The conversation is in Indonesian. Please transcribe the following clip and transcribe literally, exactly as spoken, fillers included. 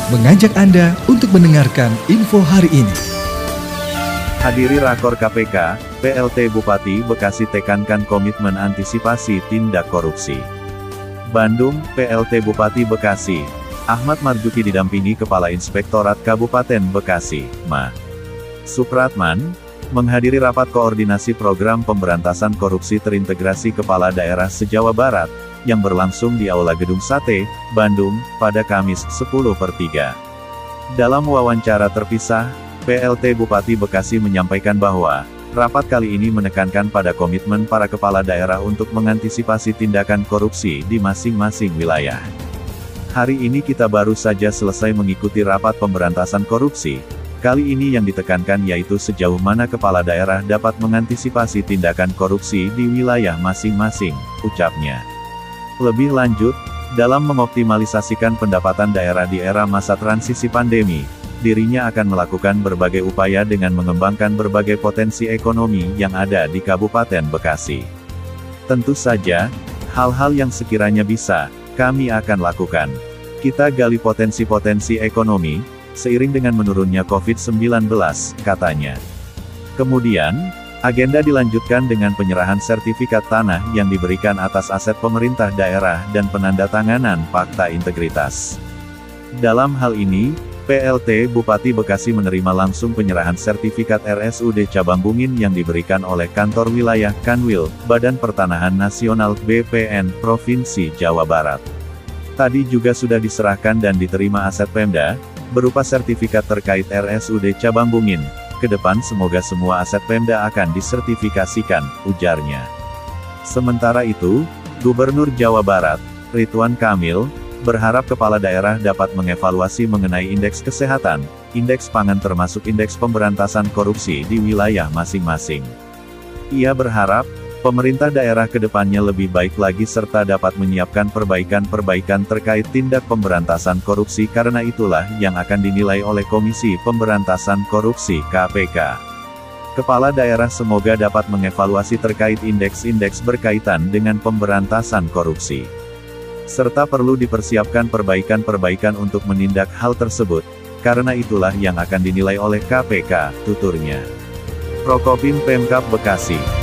mengajak Anda untuk mendengarkan info hari ini. Hadiri Rakor K P K, P L T Bupati Bekasi tekankan komitmen antisipasi tindak korupsi. Bandung, P L T Bupati Bekasi, Ahmad Marzuki didampingi Kepala Inspektorat Kabupaten Bekasi, Ma. Supratman, menghadiri rapat koordinasi program pemberantasan korupsi terintegrasi Kepala Daerah se-Jawa Barat, yang berlangsung di Aula Gedung Sate, Bandung, pada Kamis sepuluh per tiga. Dalam wawancara terpisah, P L T Bupati Bekasi menyampaikan bahwa, rapat kali ini menekankan pada komitmen para kepala daerah untuk mengantisipasi tindakan korupsi di masing-masing wilayah. Hari ini kita baru saja selesai mengikuti rapat pemberantasan korupsi. Kali ini yang ditekankan yaitu sejauh mana kepala daerah dapat mengantisipasi tindakan korupsi di wilayah masing-masing, ucapnya. Lebih lanjut, dalam mengoptimalisasikan pendapatan daerah di era masa transisi pandemi, dirinya akan melakukan berbagai upaya dengan mengembangkan berbagai potensi ekonomi yang ada di Kabupaten Bekasi. Tentu saja, hal-hal yang sekiranya bisa, kami akan lakukan. Kita gali potensi-potensi ekonomi, seiring dengan menurunnya covid sembilan belas, katanya. Kemudian, agenda dilanjutkan dengan penyerahan sertifikat tanah yang diberikan atas aset pemerintah daerah dan penandatanganan fakta integritas. Dalam hal ini, P L T Bupati Bekasi menerima langsung penyerahan sertifikat R S U D Cabang Bungin yang diberikan oleh Kantor Wilayah Kanwil, Badan Pertanahan Nasional B P N, Provinsi Jawa Barat. Tadi juga sudah diserahkan dan diterima aset Pemda, berupa sertifikat terkait R S U D Cabang Bungin. Kedepan semoga semua aset Pemda akan disertifikasikan, ujarnya. Sementara itu, Gubernur Jawa Barat, Ridwan Kamil, berharap kepala daerah dapat mengevaluasi mengenai indeks kesehatan, indeks pangan termasuk indeks pemberantasan korupsi di wilayah masing-masing. Ia berharap, pemerintah daerah kedepannya lebih baik lagi serta dapat menyiapkan perbaikan-perbaikan terkait tindak pemberantasan korupsi karena itulah yang akan dinilai oleh Komisi Pemberantasan Korupsi K P K. Kepala daerah semoga dapat mengevaluasi terkait indeks-indeks berkaitan dengan pemberantasan korupsi. Serta perlu dipersiapkan perbaikan-perbaikan untuk menindak hal tersebut, karena itulah yang akan dinilai oleh K P K, tuturnya. Prokopim Pemkab Bekasi.